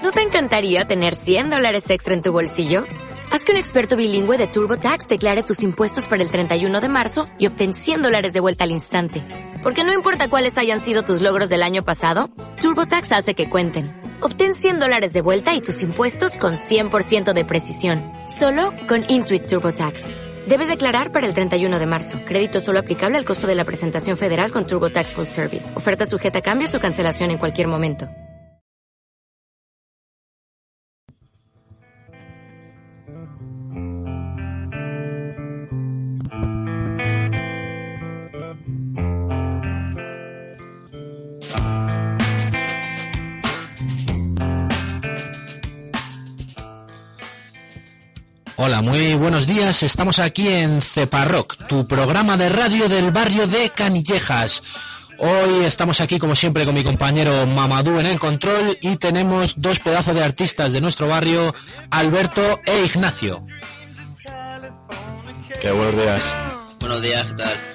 ¿No te encantaría tener $100 extra en tu bolsillo? Haz que un experto bilingüe de TurboTax declare tus impuestos para el 31 de marzo y obtén $100 de vuelta al instante. Porque no importa cuáles hayan sido tus logros del año pasado, TurboTax hace que cuenten. Obtén $100 de vuelta y tus impuestos con 100% de precisión. Solo con Intuit TurboTax. Debes declarar para el 31 de marzo. Crédito solo aplicable al costo de la presentación federal con TurboTax Full Service. Oferta sujeta a cambios o cancelación en cualquier momento. Hola, muy buenos días. Estamos aquí en Ceparrock, tu programa de radio del barrio de Canillejas. Hoy estamos aquí, como siempre, con mi compañero Mamadou en el control y tenemos dos pedazos de artistas de nuestro barrio, Alberto e Ignacio. Qué buenos días. Buenos días, ¿qué tal?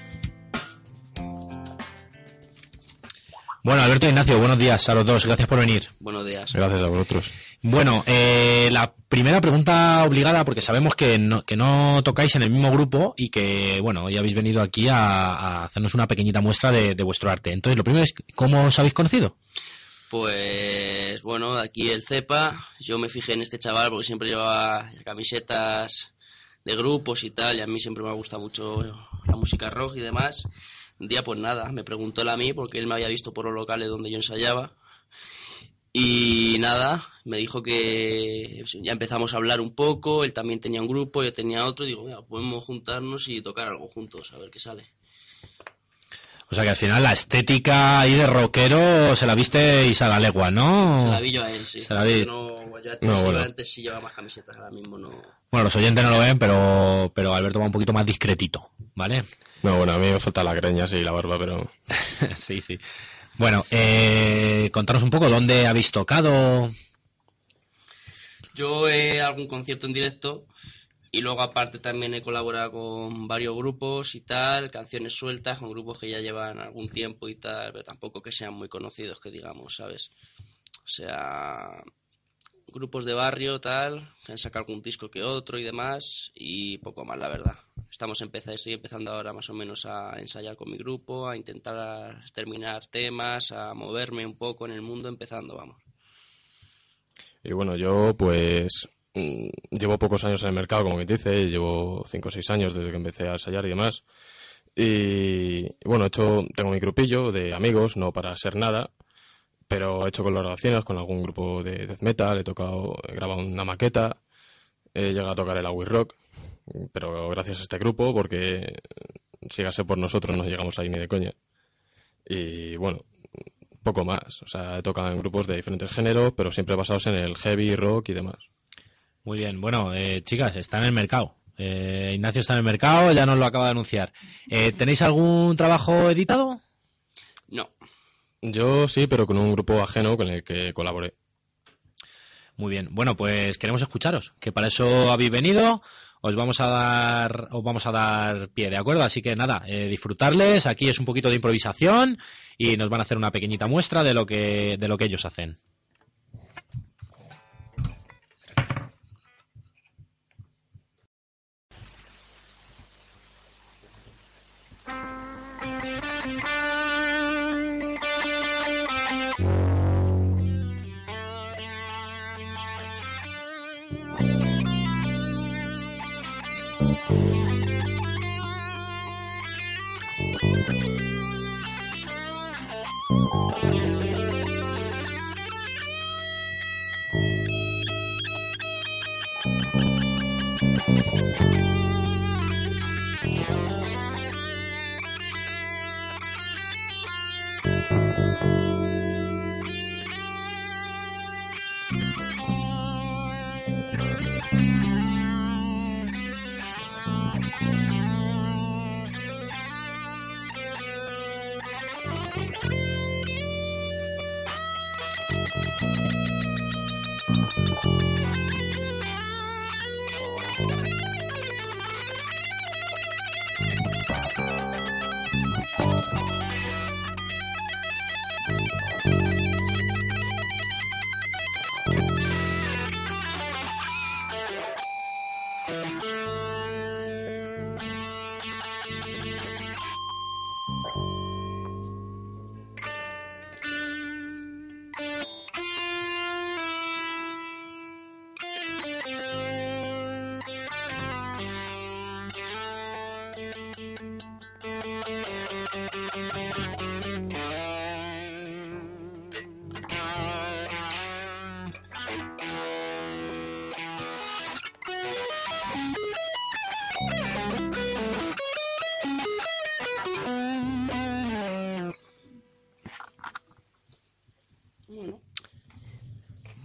Bueno, Alberto e Ignacio, buenos días a los dos. Gracias por venir. Buenos días. Gracias a vosotros. Bueno, la primera pregunta obligada, porque sabemos que no tocáis en el mismo grupo y que, bueno, hoy habéis venido aquí a hacernos una pequeñita muestra de vuestro arte. Entonces, lo primero es, ¿cómo os habéis conocido? Pues, bueno, aquí el Cepa, yo me fijé en este chaval porque siempre llevaba camisetas de grupos y tal, y a mí siempre me ha gustado mucho la música rock y demás. Un día, pues nada, me preguntó él a mí porque él me había visto por los locales donde yo ensayaba. Y nada, me dijo que ya empezamos a hablar un poco, él también tenía un grupo, yo tenía otro, y digo, mira, podemos juntarnos y tocar algo juntos, a ver qué sale. O sea que al final la estética ahí de rockero se la visteis a la legua, ¿no? Se la vi yo a él, sí. Se la vi. Antes sí llevaba más camisetas, ahora mismo no. Bueno, los oyentes no lo ven, pero Alberto va un poquito más discretito, ¿vale? No, bueno, a mí me falta la greña y la barba, pero... Sí. Bueno, contanos un poco, ¿dónde habéis tocado? Yo he algún concierto en directo y luego aparte también he colaborado con varios grupos y tal, canciones sueltas con grupos que ya llevan algún tiempo y tal, pero tampoco que sean muy conocidos, que digamos, ¿sabes? O sea, grupos de barrio, tal, que han sacado algún disco que otro y demás, y poco más, la verdad. Estoy empezando ahora más o menos a ensayar con mi grupo, a intentar terminar temas, a moverme un poco en el mundo, empezando, vamos. Y bueno, yo pues llevo pocos años en el mercado, como que dice, llevo 5 o 6 años desde que empecé a ensayar y demás. Y bueno, tengo mi grupillo de amigos, no para ser nada, pero he hecho colaboraciones con algún grupo de death metal, he grabado una maqueta, he llegado a tocar el Awi Rock, pero gracias a este grupo, porque sígase por nosotros, no llegamos ahí ni de coña. Y bueno, poco más, o sea, he tocado en grupos de diferentes géneros, pero siempre basados en el heavy, rock y demás. Muy bien, bueno, chicas, está en el mercado. Ignacio está en el mercado, ya nos lo acaba de anunciar. ¿Tenéis algún trabajo editado? No. Yo sí, pero con un grupo ajeno con el que colaboré. Muy bien, bueno, pues queremos escucharos, que para eso habéis venido. Os vamos a dar pie, ¿de acuerdo? Así que nada, disfrutarles. Aquí es un poquito de improvisación y nos van a hacer una pequeñita muestra de lo que ellos hacen.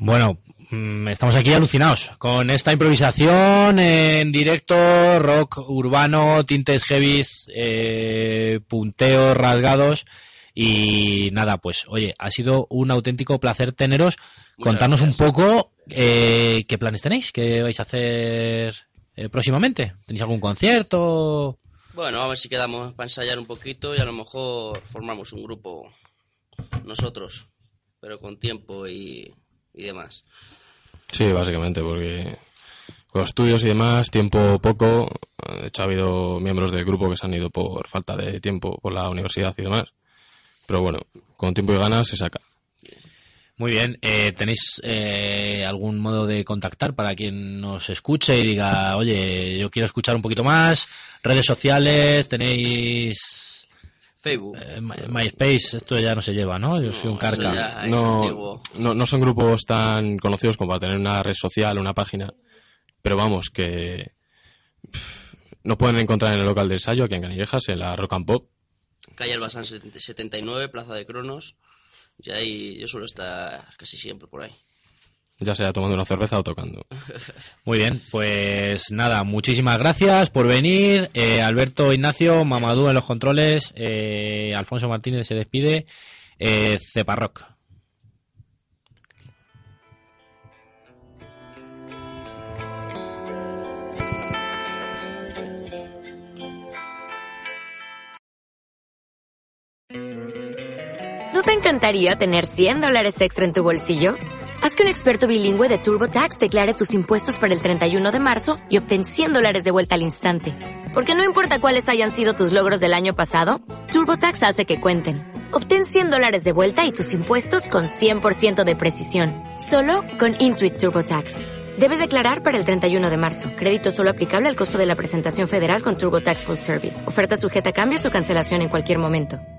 Bueno, estamos aquí alucinados con esta improvisación en directo, rock urbano, tintes heavies, punteos rasgados y nada, pues oye, ha sido un auténtico placer teneros. Contarnos un poco qué planes tenéis, qué vais a hacer próximamente. ¿Tenéis algún concierto? Bueno, a ver si quedamos para ensayar un poquito y a lo mejor formamos un grupo nosotros, pero con tiempo y demás. Sí, básicamente, porque con los estudios y demás, tiempo poco. De hecho, ha habido miembros del grupo que se han ido por falta de tiempo por la universidad y demás. Pero bueno, con tiempo y ganas se saca. Muy bien, ¿tenéis algún modo de contactar para quien nos escuche y diga, oye, yo quiero escuchar un poquito más? ¿Redes sociales? ¿Tenéis Facebook? MySpace, esto ya no se lleva, ¿no? Yo soy un carca. No son grupos tan conocidos como para tener una red social, una página. Pero vamos, que nos pueden encontrar en el local de ensayo, aquí en Canillejas, en la Rock and Pop. Calle Albasán 79, Plaza de Cronos. Y ahí yo suelo estar casi siempre por ahí. Ya sea tomando una cerveza o tocando. Muy bien, pues nada, muchísimas gracias por venir. Alberto, Ignacio, Mamadou en los controles, Alfonso Martínez se despide. Ceparroc. ¿No te encantaría tener $100 extra en tu bolsillo? Haz que un experto bilingüe de TurboTax declare tus impuestos para el 31 de marzo y obtén $100 de vuelta al instante. Porque no importa cuáles hayan sido tus logros del año pasado, TurboTax hace que cuenten. Obtén $100 de vuelta y tus impuestos con 100% de precisión. Solo con Intuit TurboTax. Debes declarar para el 31 de marzo. Crédito solo aplicable al costo de la presentación federal con TurboTax Full Service. Oferta sujeta a cambios o cancelación en cualquier momento.